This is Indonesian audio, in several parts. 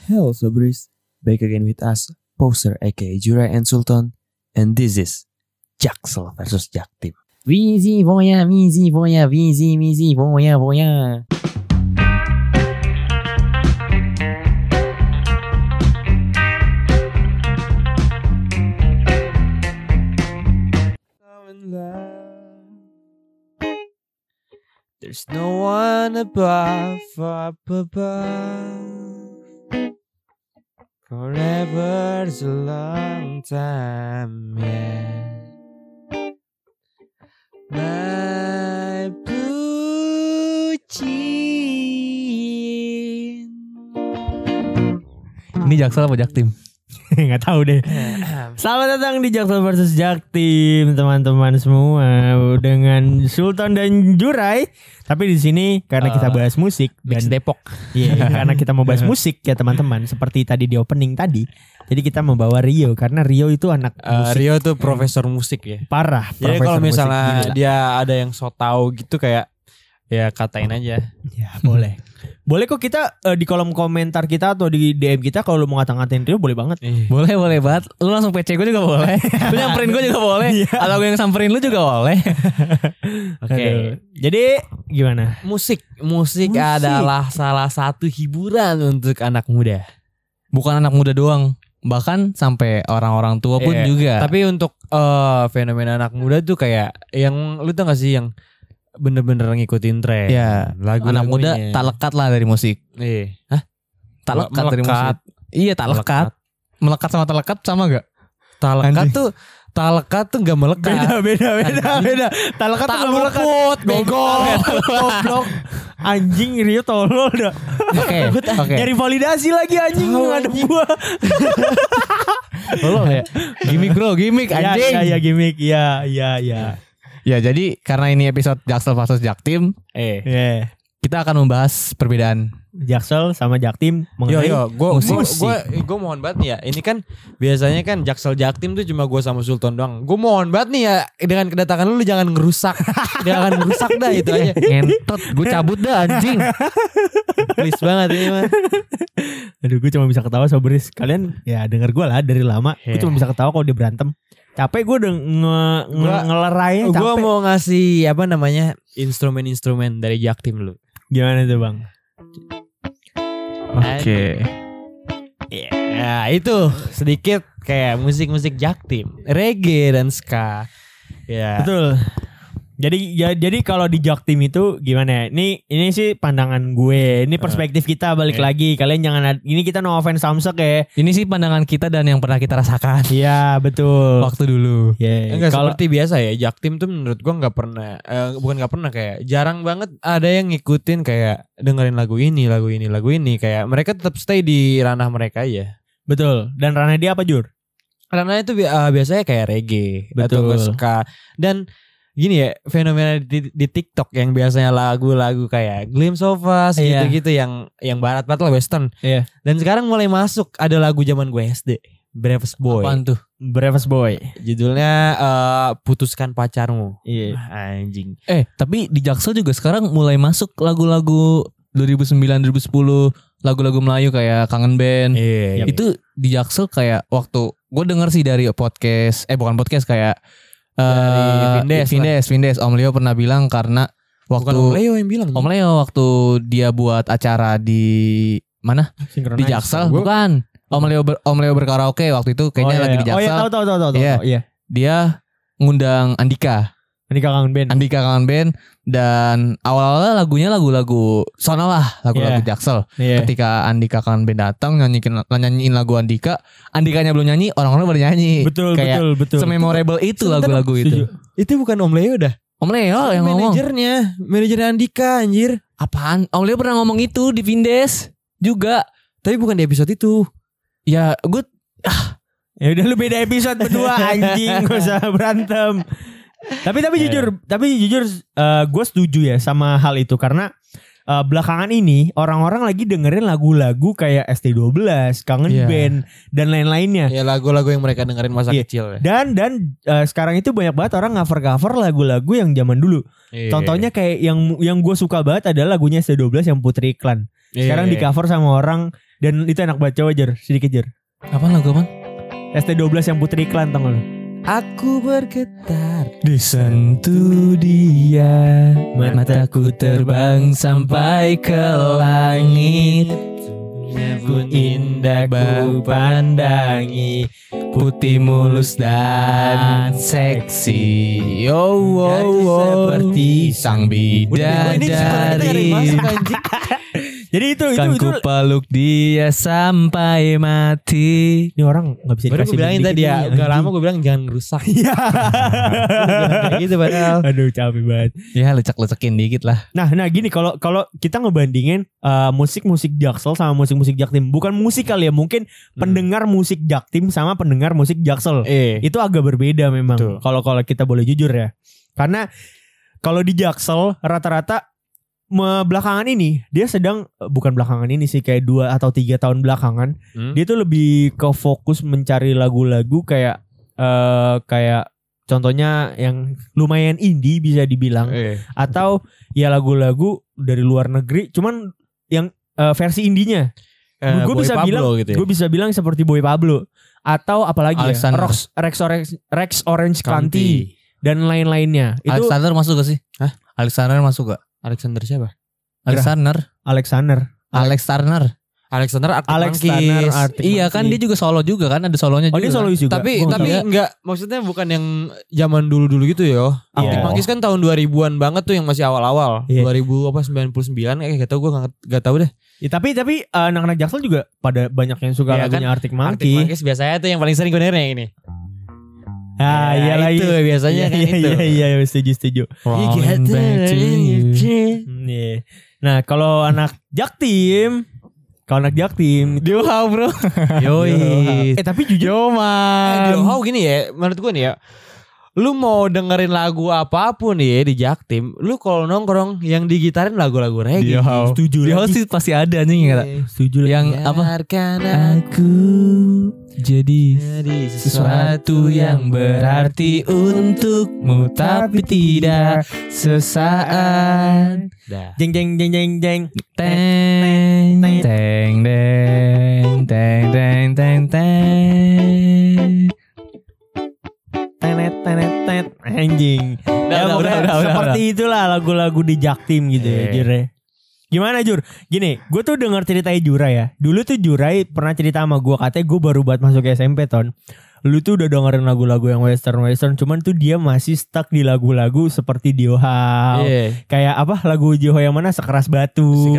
Hello Sobris, back again with us, Poser aka Jurai and Sultan, and this is Jaksel versus Jaktim. Vizi voya, vizi voya, vizi voya voya. There's no one above, up above. Forever's a long time, yeah. My bucin. Ini Jaksel apa Jaktim? Nggak tahu deh. Selamat datang di Jaksel versus Jaktim, teman-teman semua, dengan Sultan dan Jurai. Tapi di sini karena kita bahas musik dan Depok. Iya, karena kita mau bahas musik ya teman-teman. Seperti tadi di opening tadi. Jadi kita membawa Rio karena Rio itu anak musik. Rio tuh profesor musik ya. Parah. Jadi kalau misalnya gila. dia ada yang so tahu gitu kayak ya katain aja. Ya boleh. Boleh kok kita di kolom komentar kita atau di DM kita kalau lu mau ngata-ngatain Rio boleh banget. Boleh banget. Lu langsung PC gue juga boleh. Lu nyamperin gue juga boleh. Atau gue yang samperin lu juga boleh. Oke. Jadi gimana? Musik adalah salah satu hiburan untuk anak muda. Bukan anak muda doang, bahkan sampai orang-orang tua pun juga. Tapi untuk fenomena anak muda tuh kayak yang lu tau gak sih yang bener-bener ngikutin tren. Ya, anak muda tak lekat lah dari musik. Iya. Hah? Tak lekat dari musik. Iya, tak lekat. Melekat sama terlekat sama gak? Tak lekat tuh gak melekat. Beda. Tak lekat tuh gak melekat. Goblok. Anjing Rio tolol dah. Oke. Nyari validasi lagi anjing ada gua. Tolol ya. Gimik anjing. Ya gimik. Ya. Ya, jadi karena ini episode Jaksel versus Jaktim, kita akan membahas perbedaan Jaksel sama Jaktim mengenai musik. Gue mohon banget nih ya. Ini kan biasanya kan Jaksel Jaktim tuh cuma gue sama Sultan doang. Gue mohon banget nih ya, dengan kedatangan lu jangan ngerusak. Jangan ngerusak dah itu aja. Ngentot, gue cabut dah anjing. Please banget ini mah. Aduh, gue cuma bisa ketawa Sobris. Kalian ya denger gue lah dari lama. Gue cuma bisa ketawa kalau dia berantem. Capek gue udah ngelerai. Gue mau ngasih instrumen-instrumen dari Jaktim lu. Gimana tuh bang? Oke. Ya itu sedikit kayak musik-musik Jaktim, reggae dan ska. Ya. Betul. Jadi kalau di Jaktim itu gimana ya? Ini sih pandangan gue. Ini perspektif kita balik lagi. Kalian jangan ini kita no offense Samsek ya. Ini sih pandangan kita dan yang pernah kita rasakan. Iya, betul. Waktu dulu. Enggak seperti biasa ya. Jaktim tuh menurut gue nggak pernah kayak jarang banget ada yang ngikutin kayak dengerin lagu ini kayak mereka tetap stay di ranah mereka aja. Betul. Dan ranah dia apa Jur? Ranah itu biasanya kayak reggae atau ska dan gini ya, fenomena di TikTok yang biasanya lagu-lagu kayak Glimpse of Us gitu-gitu yang barat lah western. Iya. Dan sekarang mulai masuk ada lagu zaman gue SD, Bravest Boy. Apaan tuh? Bravest Boy. Judulnya Putuskan Pacarmu. Iya. Anjing. Tapi di Jaksel juga sekarang mulai masuk lagu-lagu 2009 2010, lagu-lagu Melayu kayak Kangen Band. Iya. Itu di Jaksel kayak waktu gue denger sih dari podcast, bukan podcast kayak dari Vindes. Om Leo pernah bilang karena waktu bukan Om Leo yang bilang. Om Leo waktu dia buat acara di mana? Di Jaksel, bukan. Om Leo berkaraoke waktu itu kayaknya lagi di Jaksel. Oh iya, tahu. Iya. Dia ngundang Andika Kangen Band dan awal-awalnya lagunya lagu-lagu sono lah, lagu-lagu Jaksel. Ketika Andika Kangen Band datang nyanyiin lagu Andikanya belum nyanyi, orang-orang baru nyanyi. Betul. Sememorable itu lagu-lagu itu. Itu bukan Om Leo dah. Om Leo yang ngomong. Manajernya Andika anjir. Apaan? Om Leo pernah ngomong itu di Vindes juga. Tapi bukan di episode itu. Ya gue ya udah lu beda episode berdua anjing, gak usah berantem. Tapi jujur gue setuju ya sama hal itu karena belakangan ini orang-orang lagi dengerin lagu-lagu kayak ST12, Kangen Band dan lain-lainnya. Ya lagu-lagu yang mereka dengerin masa kecil ya. Dan sekarang itu banyak banget orang cover lagu-lagu yang zaman dulu. Contohnya kayak yang gue suka banget adalah lagunya ST12 yang Putri Iklan. Sekarang di cover sama orang Dan itu enak banget, coba Jer, sedikit Jer. Apaan lagu apaan? ST12 yang Putri Iklan, tau gak lu? Aku bergetar Disentuh dia, mataku terbang sampai ke langit. pun indah ku pandangi, putih mulus dan seksi. Seperti sang bidadari. Jadi itu Kan ku peluk dia sampai mati. Ini orang gak bisa baru gue bilangin tadi ya, gak lama gue bilang jangan rusak. Iya. Kayak gitu padahal. Aduh capek banget. Ya lecek-lecekin dikit lah. Nah gini, kalau kita ngebandingin musik Jaksel sama musik Jaktim, bukan musik kali ya, mungkin pendengar musik Jaktim sama pendengar musik Jaksel itu agak berbeda memang. Kalau kita boleh jujur ya, karena kalau di Jaksel rata-rata belakangan ini dia sedang, bukan belakangan ini sih, kayak 2 atau 3 tahun belakangan dia tuh lebih ke fokus mencari lagu-lagu kayak contohnya yang lumayan indie bisa dibilang, atau ya lagu-lagu dari luar negeri cuman yang versi indinya. Gue bisa bilang gitu ya? Gue bisa bilang seperti Boy Pablo atau apalagi Alexander. Rex Orange County dan lain-lainnya. Itu Alexander masuk gak sih? Hah? Alexander masuk gak? Alexander siapa? Alexander Arctic Monkeys. Iya kan dia juga solo juga kan, ada solonya juga. Oh dia solois juga. Tapi enggak, maksudnya bukan yang zaman dulu-dulu gitu ya. Arctic Monkeys kan tahun 2000-an banget tuh, yang masih awal-awal. 99 kayak gitu, gue enggak tahu deh. Ya, tapi anak-anak Jaksel juga pada banyak yang suka lagunya kan? Arctic Monkeys. Arctic Monkeys biasanya tuh yang paling sering gue dengerin yang ini. Iya lagi itu biasanya kan itu. Iya setuju. Nah kalau anak Jaktim Diohau bro. Yoi. Tapi jujur Diohau gini ya, menurut gue nih ya, lu mau dengerin lagu apapun nih ya di Jaktim, lu kalau nongkrong yang digitarin lagu-lagu reggae. Setuju. Diohau sih pasti ada nih kata. Setuju. Yang apa? Aku jadi sesuatu yang berarti untukmu, tapi tidak sesaat. Jeng Teng teng teng teng teng teng teng. Tenet anjing. Udah, seperti itulah lagu-lagu di Jaktim gitu ya Jure. Gimana Jur? Gini, gue tuh denger ceritanya Jura ya. Dulu tuh Jurai pernah cerita sama gue, katanya gue baru buat masuk SMP Ton. Lu tuh udah dengerin lagu-lagu yang western, cuman tuh dia masih stuck di lagu-lagu seperti Diohau. Kayak apa lagu Diohau yang mana? Sekeras Batu.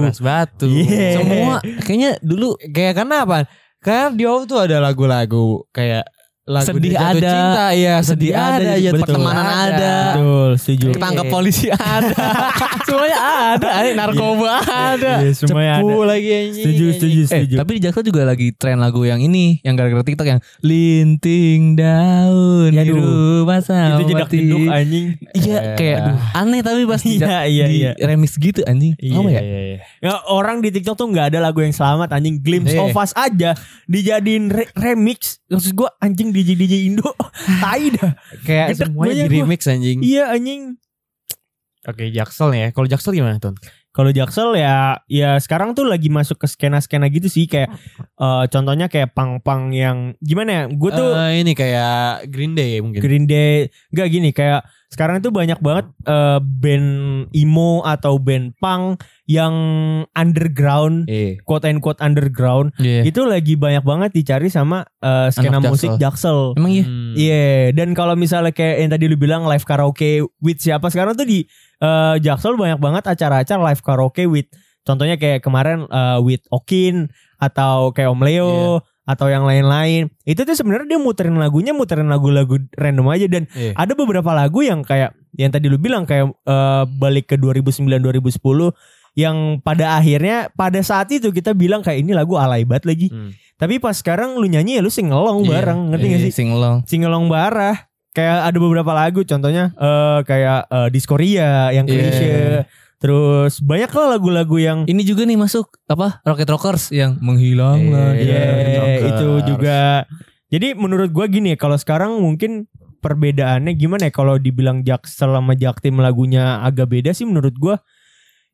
Semua kayaknya dulu kayak karena apa? Karena Diohau tuh ada lagu-lagu kayak lagu sedih ada, cinta, sedih ada, pertemanan ada. Betul, setuju. Ketangkep polisi ada. Semuanya ada, narkoba ada. Semuanya cepu ada. Lagi anjing. Setuju. Tapi di Jaksel juga lagi tren lagu yang ini, yang gara-gara TikTok yang linting daun di rumah sama itu jedak tinduk anjing. Iya, kayak aneh tapi pas di remix gitu anjing. Apa ya? Ya orang di TikTok tuh nggak ada lagu yang selamat anjing. Glimpse of Us aja dijadiin remix. Maksud gue anjing DJ Indo tai dah. Kayak semuanya di remix anjing. Iya anjing. Oke, Jaksel nih ya. Kalau Jaksel gimana Ton? Kalau Jaksel ya sekarang tuh lagi masuk ke skena-skena gitu sih, kayak contohnya kayak punk-punk yang gimana ya? Gue tuh ini kayak Green Day mungkin. Green Day enggak gini, kayak sekarang itu banyak banget band emo atau band punk yang underground, quote and quote underground, itu lagi banyak banget dicari sama skena musik Jaksel. Emang iya? Iya, dan kalau misalnya kayak yang tadi lu bilang live karaoke with siapa, sekarang tuh di Jaksel banyak banget acara-acara live karaoke with, contohnya kayak kemarin with Okin atau kayak Om Leo atau yang lain-lain. Itu tuh sebenarnya dia muterin lagu-lagu random aja, dan ada beberapa lagu yang kayak yang tadi lu bilang kayak balik ke 2009 2010 yang pada akhirnya pada saat itu kita bilang kayak ini lagu alay banget lagi. Tapi pas sekarang lu nyanyi ya lu singelong bareng, ngerti gak sih? Singelong barah. Kayak ada beberapa lagu contohnya kayak Diskoria yang Krisya. Terus banyak lah lagu-lagu yang ini juga nih masuk apa? Rocket Rockers yang menghilang itu juga. Jadi menurut gua gini, kalau sekarang mungkin perbedaannya gimana ya, kalau dibilang Jaksel sama Jaktim lagunya agak beda sih menurut gua.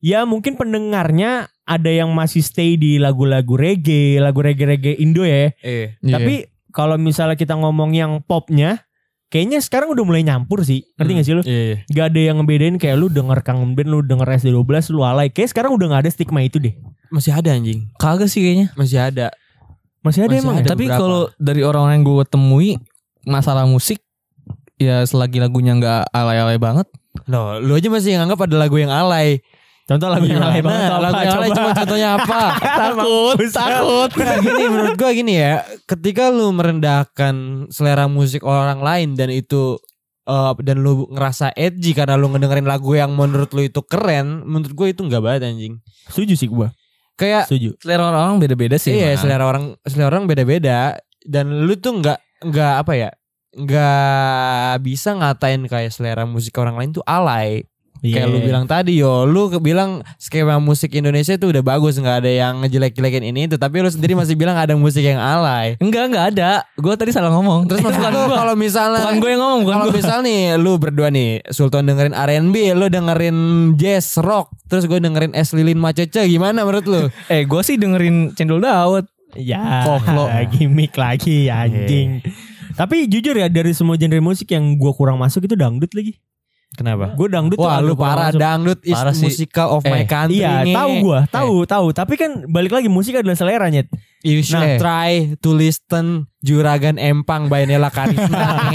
ya mungkin pendengarnya ada yang masih stay di lagu-lagu reggae Indo ya. Tapi kalau misalnya kita ngomong yang popnya, kayaknya sekarang udah mulai nyampur sih. Ngerti gak sih lu? Gak ada yang ngebedain kayak lu denger Kangen Band, lu denger SD12, lu alay. Kayak sekarang udah gak ada stigma itu deh. Masih ada anjing. Kagak sih kayaknya. Masih ada emang. Ada tapi kalau dari orang-orang yang gue temui masalah musik, ya selagi lagunya gak alay-alay banget. Loh, lu aja masih nganggap ada lagu yang alay. Contoh lagu yang alay banget. Lagu yang alay cuma contohnya apa? Takut. Nah, gini menurut gue gini ya, ketika lu merendahkan selera musik orang lain dan itu dan lu ngerasa edgy karena lu ngedengerin lagu yang menurut lu itu keren, menurut gue itu enggak banget anjing. Setuju sih gue. Kayak selera orang beda-beda sih. Iya, selera orang beda-beda dan lu tuh enggak apa ya? Enggak bisa ngatain kayak selera musik orang lain tuh alay. Kayak lu bilang tadi lu bilang skema musik Indonesia itu udah bagus, nggak ada yang ngejelek-jelekin ini itu, tapi lu sendiri masih bilang ada musik yang alay. Nggak ada. Gue tadi salah ngomong. Terus maksud lu kalau misalnya bukan gue yang ngomong, kalau misalnya nih lu berdua nih, Sultan dengerin R&B, lu dengerin jazz, rock, terus gue dengerin Es Lilin Macece, gimana menurut lu? Gue sih dengerin Cendol Daud. Ya, koplo gimmick lagi anjing. Tapi jujur ya, dari semua genre musik yang gue kurang masuk itu dangdut lagi. Kenapa? Gue dangdut. Wah lu parah, dangdut is musical of my country. Iya tahu. Tapi kan balik lagi, musik adalah selera nyet. You should try to listen Juragan Empang by Nela Karisma.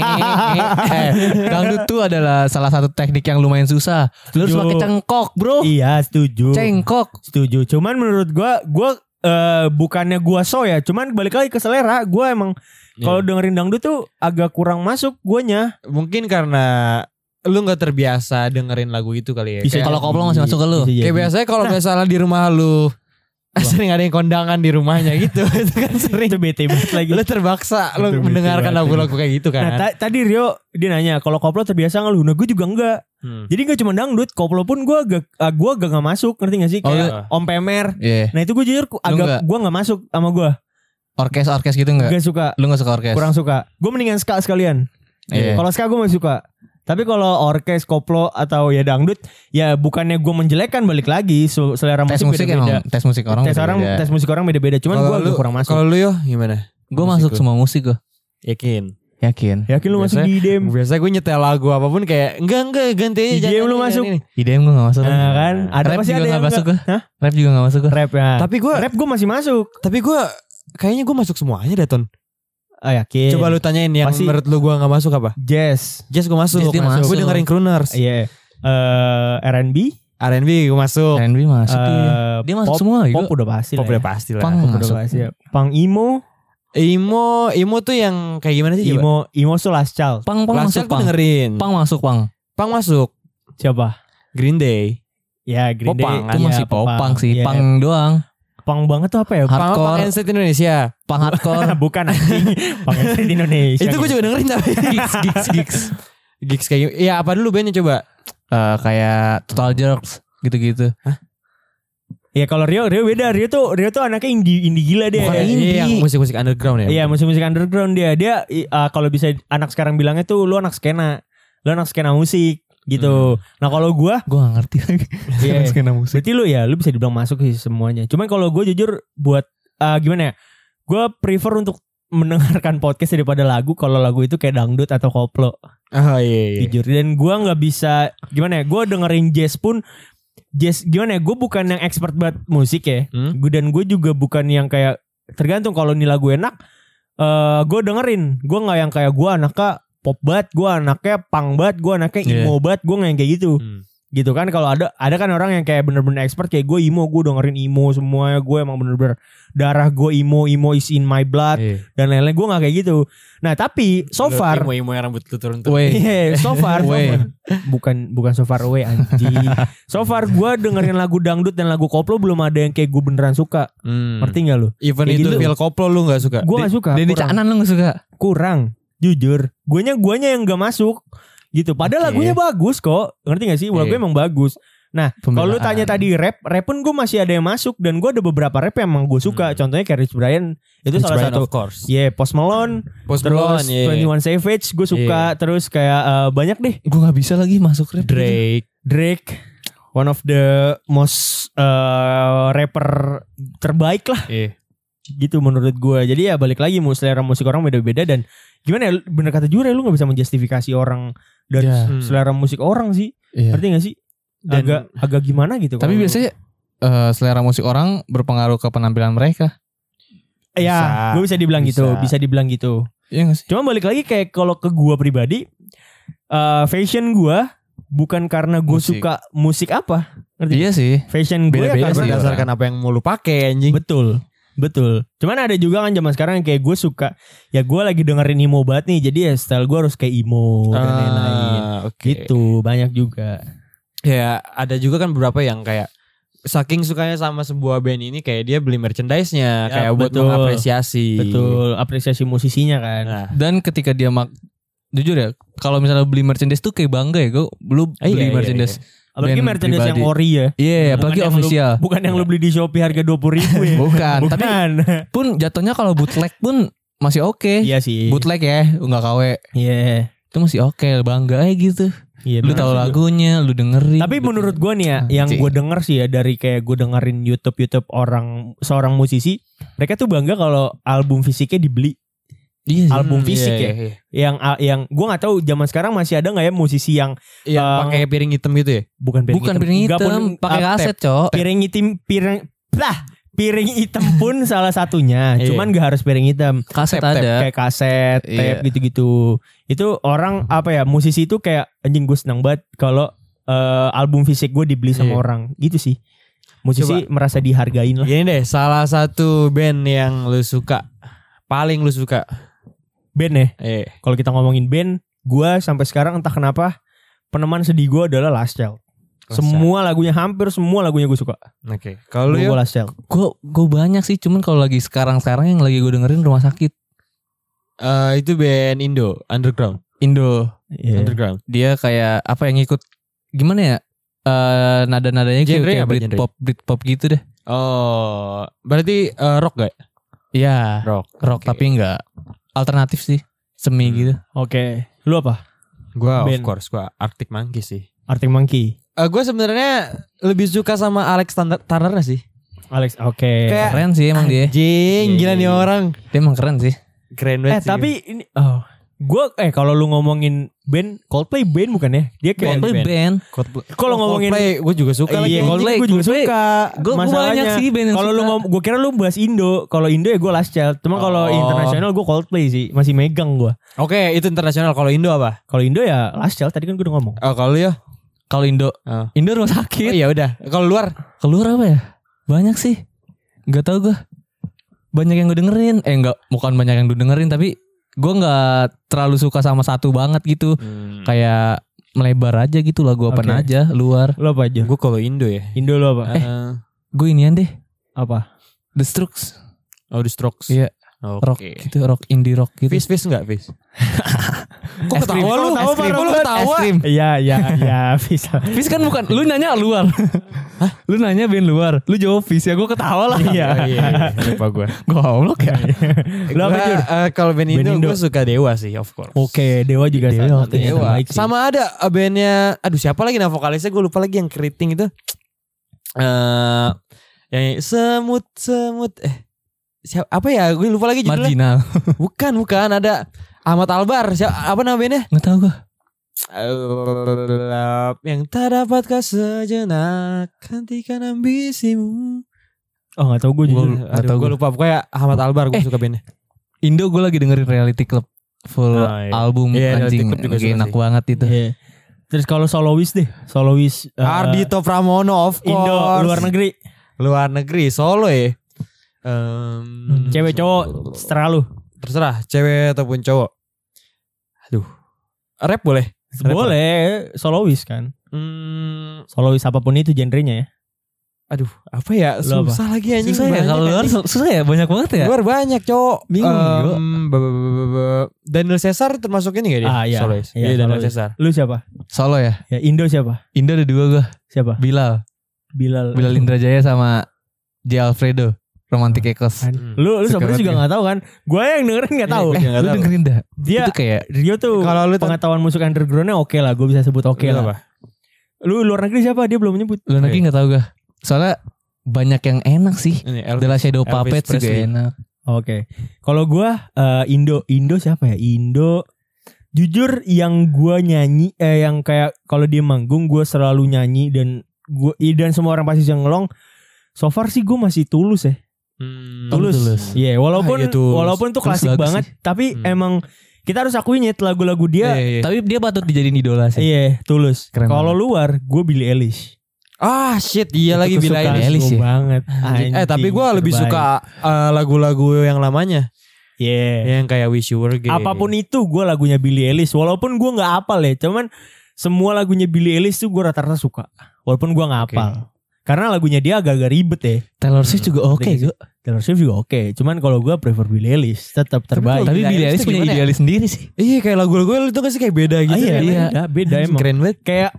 Dangdut tuh adalah salah satu teknik yang lumayan susah. Lu harus pakai cengkok bro. Iya setuju. Cengkok. Setuju. Cuman menurut gue bukannya gue ya. Cuman balik lagi ke selera. Gue emang kalau dengerin dangdut tuh agak kurang masuk guanya. Mungkin karena lu gak terbiasa dengerin lagu itu kali ya. Kalau koplo masih masuk ke lu. Kayak biasanya kalau misalnya di rumah lu sering ada yang kondangan di rumahnya gitu. Itu kan sering. Itu bete banget lagi. Lu terpaksa lu mendengarkan lagu-lagu kayak gitu kan. Nah tadi Rio dia nanya kalau koplo terbiasa gak lu? Nah gue juga enggak. Jadi gak cuma dangdut, koplo pun gue agak gak masuk. Ngerti gak sih? Kayak Om Pemer. Nah itu gue jujur agak gue gak masuk sama gue. Orkes gitu gak? Gak suka. Lu gak suka orkes? Kurang suka. Gue mendingan ska sekalian. Kalau ska gue masih suka. Tapi kalau orkes, koplo atau ya dangdut, ya bukannya gue menjelekkan, balik lagi selera musik beda-beda. Tes musik orang beda-beda. Tes musik orang beda-beda. Cuman gue kurang masuk. Kalau lu yo gimana? Gue masuk semua musik gue. Yakin lu masuk di IDM? Biasa gue nyetel lagu apapun kayak enggak ganti aja. IDM lu masuk? IDM gue gak masuk. Nah kan ada rap pasti ada yang masuk gue. Rap juga gak masuk gue. Rap ya. Tapi gue rap gue masih masuk. Tapi gue kayaknya gue masuk semuanya deh Ton. Oh yakin. Coba lu tanyain yang pasti, menurut lu gue gak masuk apa? Jazz gue masuk. Gue dengerin crooners. Iya. R&B gue masuk. R&B masuk dia masuk semua. Pop udah pasti lah. Pop udah pasti lah. Punk masuk. Punk Emo tuh yang kayak gimana sih? Emo tuh Last Child. Punk masuk. Gue dengerin. Punk masuk. Siapa? Green Day. Ya Green Day. Itu masih popang sih. Punk doang. Punk banget tuh apa ya? Hardcore. Punk NCT Indonesia. Punk hardcore. Bukan anjing. Punk NCT Indonesia. Itu gue juga dengerin tapi. Gigs kayak ya apa dulu bandnya coba? Kayak Total Jerks gitu-gitu. Hah? Ya kalau Rio beda. Rio tuh anaknya indie gila dia. Bukan indie. Yang musik-musik underground ya? Iya musik-musik underground dia. Dia kalau bisa anak sekarang bilangnya tuh lu anak skena. Lu anak skena musik. Gitu. Nah kalau gue gak ngerti lagi. Skena musik. Berarti lu bisa dibilang masuk sih semuanya. Cuman kalau gue jujur buat gimana ya? Gue prefer untuk mendengarkan podcast daripada lagu. Kalau lagu itu kayak dangdut atau koplo. Oh iya. Jujur. Dan gue gak bisa gimana ya? Gue dengerin jazz pun gimana ya? Gue bukan yang expert banget musik ya. Dan gue juga bukan yang kayak tergantung kalau nih lagu enak. Gue dengerin. Gue gak yang kayak gue anaknya pop banget, gue anaknya punk banget, gue anaknya emo banget, gue gak yang kayak gitu. Gitu kan kalau ada kan orang yang kayak bener-bener expert kayak gue emo, gue dengerin emo semuanya, gue emang bener-bener darah gue emo is in my blood dan lain-lain, gue gak kayak gitu. Nah tapi so far emo yang rambut lu turun so far bukan so far away anjing. So far gue dengerin lagu dangdut dan lagu koplo belum ada yang kayak gue beneran suka. Ngerti gak lu? Even kayak itu feel koplo lu gak suka? Gue gak suka. Denny Caknan lu gak suka? Kurang. Jujur, guanya yang gak masuk gitu. Padahal lagunya bagus kok. Ngerti gak sih? Lagunya emang bagus. Nah, kalau lu tanya tadi rap pun gue masih ada yang masuk. Dan gue ada beberapa rap yang emang gue suka. Contohnya kayak Rich Brian. Itu salah satu. Post Malone. Terus 21 Savage gue suka. Terus kayak banyak deh. Gue gak bisa lagi masuk rap. Drake. one of the most rapper terbaik lah. Gitu menurut gue. Jadi ya balik lagi, selera musik orang beda-beda. Dan gimana ya, bener kata Jure, lu gak bisa menjustifikasi orang dari selera musik orang sih. Ngerti gak sih? Agak gimana gitu. Tapi biasanya selera musik orang berpengaruh ke penampilan mereka. Ya, gue bisa dibilang gitu. Bisa dibilang gitu. Iya gak sih? Cuma balik lagi kayak kalau ke gue pribadi, fashion gue bukan karena gue suka musik apa. Ngerti? Iya sih. Fashion gue beda-beda berdasarkan apa yang mau lu pakai anjing. Betul. Cuman ada juga kan zaman sekarang yang kayak gue suka, ya gue lagi dengerin emo banget nih, jadi ya style gue harus kayak emo dan lain-lain. Gitu, banyak juga. Ya ada juga kan beberapa yang kayak saking sukanya sama sebuah band ini kayak dia beli merchandise-nya, kayak buat mengapresiasi. Betul, apresiasi musisinya kan. Dan ketika dia jujur ya, kalau misalnya beli merchandise tuh kayak bangga ya, gue belum beli merchandise. Apalagi merchandise pribadi. Yang ori ya. Iya, apalagi official. Bukan yang lu beli di Shopee harga 20.000 ya. Bukan. Tapi pun jatuhnya kalau bootleg pun masih oke. Iya sih. Bootleg ya, enggak KW. Iya. Itu masih oke, bangga aja gitu. Iya, lu tahu lagunya, lu dengerin. Tapi menurut gue nih ya, yang gue denger sih ya dari kayak gue dengerin YouTube seorang musisi, mereka tuh bangga kalau album fisiknya dibeli. Album fisik yang gue nggak tahu zaman sekarang masih ada nggak ya musisi yang pakai piring hitam gitu ya? Bukan piring hitam, pakai kaset, Cok. Piring hitam pun salah satunya. Cuman gak harus piring hitam. Kaset ada. Kayak kaset, tape gitu-gitu. Itu orang musisi itu kayak anjing, gue senang banget kalau album fisik gue dibeli sama orang. Gitu sih. Musisi merasa dihargain lah. Gini deh, salah satu band yang lu suka, paling lu suka. Band ya? Kalau kita ngomongin band, gue sampai sekarang entah kenapa peneman sedih gue adalah Last Child. Hampir semua lagunya gue suka. Oke. Kalau lu Last Child. Gue banyak sih, cuman kalau lagi sekarang yang lagi gue dengerin Rumah Sakit. Itu band Indo, underground. Underground. Dia kayak apa yang ngikut gimana ya? Nada-nadanya kayak Britpop gitu deh. Oh, berarti rock gak? Iya, rock tapi enggak alternatif sih, semi gitu. Oke. Lu apa? Gua of course Arctic Monkey sih. Arctic Monkey. Gue sebenarnya lebih suka sama Alex Turner sih. Alex, oke. Keren sih emang dia. Anjing, gila nih orang. Dia emang keren sih. Keren banget sih. Tapi ini gue kalau lu ngomongin band, Coldplay band bukan ya? Dia kayak Coldplay band. Kalau ngomongin Coldplay, gue juga suka lagi. Coldplay gue juga suka. Gue banyak sih band yang suka. Kalau gue kira lu bahas Indo. Kalau Indo ya gue Last Child. Cuma kalau internasional gue Coldplay sih, masih megang gue. Oke, itu internasional. Kalau Indo apa? Kalau Indo ya Last Child. Tadi kan gue udah ngomong. Kalau ya? Kalau Indo Rumah Sakit. Ya udah. Kalau luar apa ya? Banyak sih. Gak tau gue. Banyak yang gue dengerin. Bukan banyak yang gue dengerin, tapi gue gak terlalu suka sama satu banget gitu. Kayak melebar aja gitu lagu apa aja luar. Lo apa aja? Gue kalau Indo ya. Indo lo apa? Gue inian deh. Apa? The Strokes. Oh, The Strokes. Iya. Rock gitu, indie rock gitu. Fish enggak Fish? Kok ketawa lu? Lu ketawa? Iya, Fish kan bukan, lu nanya luar. Hah? Lu nanya band luar, lu jawab Fish ya, gue ketawa lah. Iya. Lupa gue. Goblok ya. Lu apa Jur? Kalau band Indo gue suka Dewa sih, of course. Oke, Dewa juga Dewa. Sama ada bandnya, aduh siapa lagi vokalisnya, gue lupa lagi yang keriting itu. Yang semut siapa apa ya, gue lupa lagi judulnya. Marginal. bukan ada Ahmad Albar, apa namanya? Nggak tahu gue. Yang tak dapatkah sejenak hentikan ambisimu. Nggak tahu gue juga. Gue lupa, pokoknya Ahmad Albar gue suka bandnya. Indo gue lagi dengerin Reality Club full album, anjing enak banget itu. Terus kalau solois deh, Ardhito Pramono of course. Indo, luar negeri Solo ya. Cewek cowok terserah cewek ataupun cowok. Aduh, rap boleh? Boleh, solois kan. Solois apapun itu genrenya ya. Aduh, apa ya? Susah lagi anjing. Susah ya, kalau luar susah ya, banyak banget ya. Luar banyak cowok. Bingung. Daniel Caesar termasuk ini gak dia? Iya. Solois. Iya, Daniel Caesar. Lu siapa? Solo ya? Ya, Indo siapa? Indo ada 2 gue. Siapa? Bilal Indrajaya sama J Alfredo. Romantic Echoes. Lu sebenarnya juga gak tahu kan? Gue yang dengerin gak tahu. Lu dengerin dah. Dia itu kayak Rio tuh kalau lu pengetahuan musik undergroundnya oke lah. Gue bisa sebut oke lah. Lu luar negeri siapa? Dia belum nyebut. Luar negeri gak tahu gue. Soalnya banyak yang enak sih. The Last Shadow Puppets juga enak. Oke. Kalau gue Indo siapa ya? Indo. Jujur yang gue nyanyi yang kayak kalau dia manggung gue selalu nyanyi dan semua orang pasti bisa ngelong. So far sih gue masih Tulus ya. Tulus. Iya, walaupun tuh klasik banget sih. Tapi emang kita harus akuin ya lagu-lagu dia. Tapi dia patut dijadiin idola sih. Iya, Tulus. Kalau luar gue Billie Eilish. Shit, dia lagi Billie Eilish banget. Tapi gue lebih suka lagu-lagu yang lamanya. Yang kayak Wish You Were Gay. Apapun itu gue lagunya Billie Eilish. Walaupun gue gak hafal ya. Cuman semua lagunya Billie Eilish tuh gue rata-rata suka. Walaupun gue gak hafal. Karena lagunya dia agak-agak ribet ya. Taylor Swift juga oke. Taylor Swift juga oke. Cuman kalau gue prefer Billie Eilish. Tetap terbaik. Tapi Billie Eilish punya idealis sendiri sih. Iya, kayak lagu-lagu itu kan sih kayak beda gitu. Beda emang. Keren banget. Kayak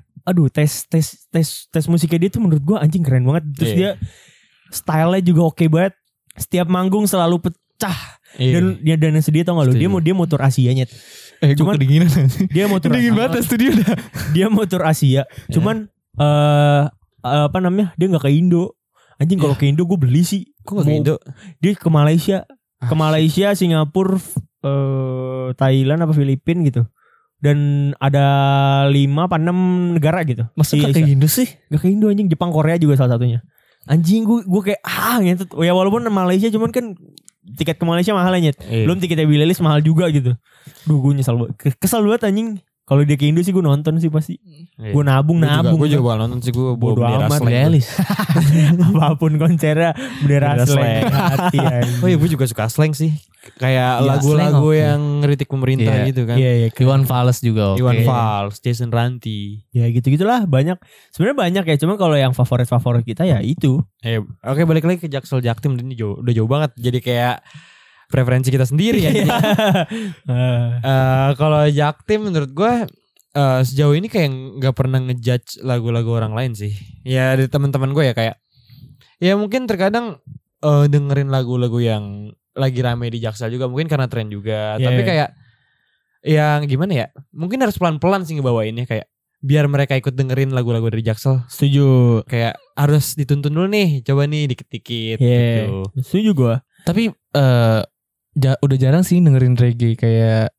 tes musiknya dia tuh menurut gue anjing keren banget. Terus dia stylenya juga oke banget. Setiap manggung selalu pecah. Dan sedih tau gak lu? Dia mau tur Asianya. Cuman kedinginan. Dia mau tur Dingin banget studio dah. Dia mau tur Asia. Cuman apa namanya? Dia gak ke Indo. Anjing kalau ke Indo gue beli sih. Kok gak ke Indo? Dia ke Malaysia. Ke Malaysia, Singapura, Thailand apa Filipina gitu. Dan ada 5 apa 6 negara gitu. Masa gak ke Indo sih? Gak ke Indo anjing. Jepang, Korea juga salah satunya. Anjing gue kayak ngentot. Ya walaupun Malaysia cuman kan tiket ke Malaysia mahal ya nyet. Belum tiketnya Billie Eilish mahal juga gitu. Duh gue nyesal banget. Kesal banget anjing. Kalau dia ke Indo sih gue nonton sih pasti. Gue nabung. Gue juga bakal nonton sih. Gue bodo amat Billie Eilish. Apapun konsernya bendera slang hati. Oh iya, gue juga suka slang sih. Kayak lagu-lagu yang ngeritik pemerintah gitu kan. Iya. Iwan Fals juga oke. Iwan Fals, Jason Ranti. Ya gitu-gitulah banyak. Sebenarnya banyak ya. Cuma kalau yang favorit kita ya itu. Oke, balik lagi ke Jaksel Jaktim. Ini udah jauh banget. Jadi kayak preferensi kita sendiri ya. Kalau Jaktim menurut gue sejauh ini kayak nggak pernah ngejudge lagu-lagu orang lain sih. Ya dari teman-teman gue ya kayak ya mungkin terkadang dengerin lagu-lagu yang lagi rame di Jaksel juga mungkin karena tren juga. Tapi kayak yang gimana ya? Mungkin harus pelan-pelan sih ngebawainnya kayak biar mereka ikut dengerin lagu-lagu dari Jaksel. Setuju. Kayak harus dituntun dulu nih. Coba nih dikit-dikit gitu. Setuju gue. Tapi udah jarang sih dengerin reggae kayak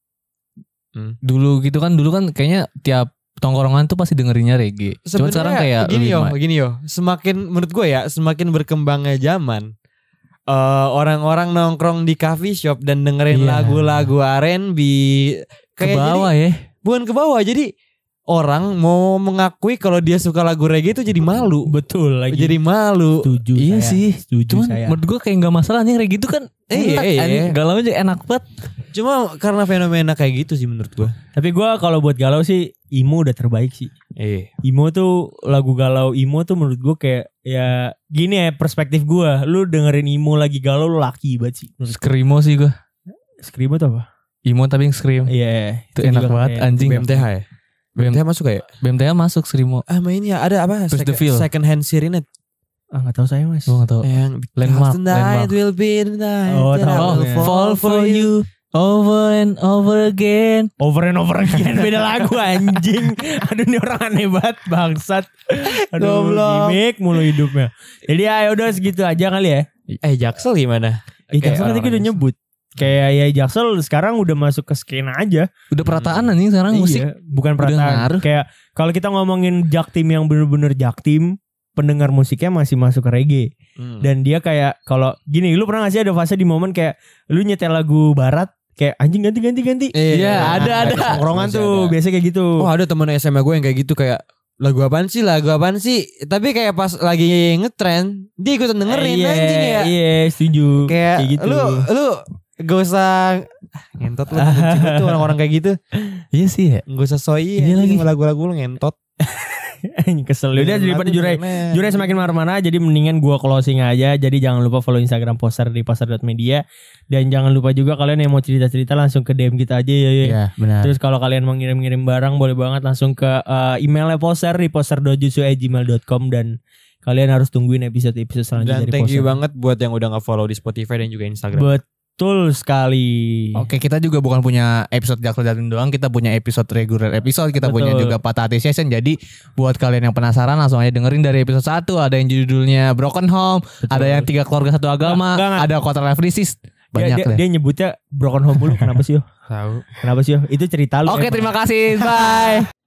dulu gitu kan. Dulu kan kayaknya tiap tongkrongan tuh pasti dengerinnya reggae. Cuma sekarang kayak gini yo. Semakin menurut gue ya, semakin berkembangnya zaman, orang-orang nongkrong di coffee shop dan dengerin lagu-lagu R&B kayak ke bawah ya. Bukan ke bawah, jadi orang mau mengakui kalau dia suka lagu reggae itu jadi malu. Betul lagi. Jadi malu. Setuju. Iya saya. sih. Setuju. Cuman saya. Menurut gue kayak gak masalah nih reggae itu kan. Iya. Galau aja enak banget. Cuma karena fenomena kayak gitu sih menurut gue. Tapi gue kalau buat galau sih emo udah terbaik sih. Emo tuh lagu galau emo tuh menurut gue kayak ya gini ya perspektif gue. Lu dengerin emo lagi galau lu laki banget sih. Screamo sih gue. Screamo tuh apa? Emo tapi yang scream. Iya. Itu enak banget anjing. BMTH ya? BMTH masuk gak ya? BMTH masuk Screamo. Mainnya ada apa? Second Hand Serenade. Gak tahu saya mas. Gue gak tahu. Yang Landmark. Tonight will be the night. Tahu. Fall for you. Over and over again. Over and over again. Beda lagu anjing. Aduh ini orang aneh banget. Bangsat. Aduh gimmick mulu hidupnya. Jadi ya udah segitu aja kali ya. Jaksel gimana? Jaksel tadi udah nyebut. Kayak ya Jaksel sekarang udah masuk ke skena aja. Udah perataan anjing sekarang musik. Bukan perataan. Kayak kalau kita ngomongin Jaktim yang bener-bener Jaktim, pendengar musiknya masih masuk ke reggae. Dan dia kayak kalau gini, lu pernah gak sih ada fase di momen kayak lu nyetel lagu barat kayak anjing ganti. Iya, ada. Nongkrongan tuh biasa kayak gitu. Oh, ada temen SMA gue yang kayak gitu kayak lagu apaan sih? Tapi kayak pas lagi ngetrend dia ikutan dengerin anjing ya. Iya, setuju. Kayak gitu. Lu gak usah ngentot lu tuh orang-orang kayak gitu. Iya sih ya. Gak usah soi lagi lagu-lagu lu ngentot. Kesel udah daripada Jurai semakin marah-marah. Jadi mendingan gua closing aja. Jadi jangan lupa follow Instagram Poser di poser.media. Dan jangan lupa juga kalian yang mau cerita-cerita langsung ke DM kita aja ya. Iya benar. Terus kalau kalian mau ngirim-ngirim barang boleh banget langsung ke emailnya Poser di poser.jutsu@gmail.com. Dan kalian harus tungguin episode selanjutnya dan dari thank you Poser. banget buat yang udah nge-follow di Spotify dan juga Instagram. Betul sekali. Oke, kita juga bukan punya episode Jaksel Jatim doang, kita punya episode regular episode, kita punya juga Patah Hati Session. Jadi buat kalian yang penasaran langsung aja dengerin dari episode 1. Ada yang judulnya Broken Home, ada yang 3 keluarga satu agama, ada Quarter Life Crisis. Banyak dia nyebutnya Broken Home dulu. Kenapa sih yo? Tahu. Kenapa sih yo? Itu cerita lu. Oke, terima kasih. Bye.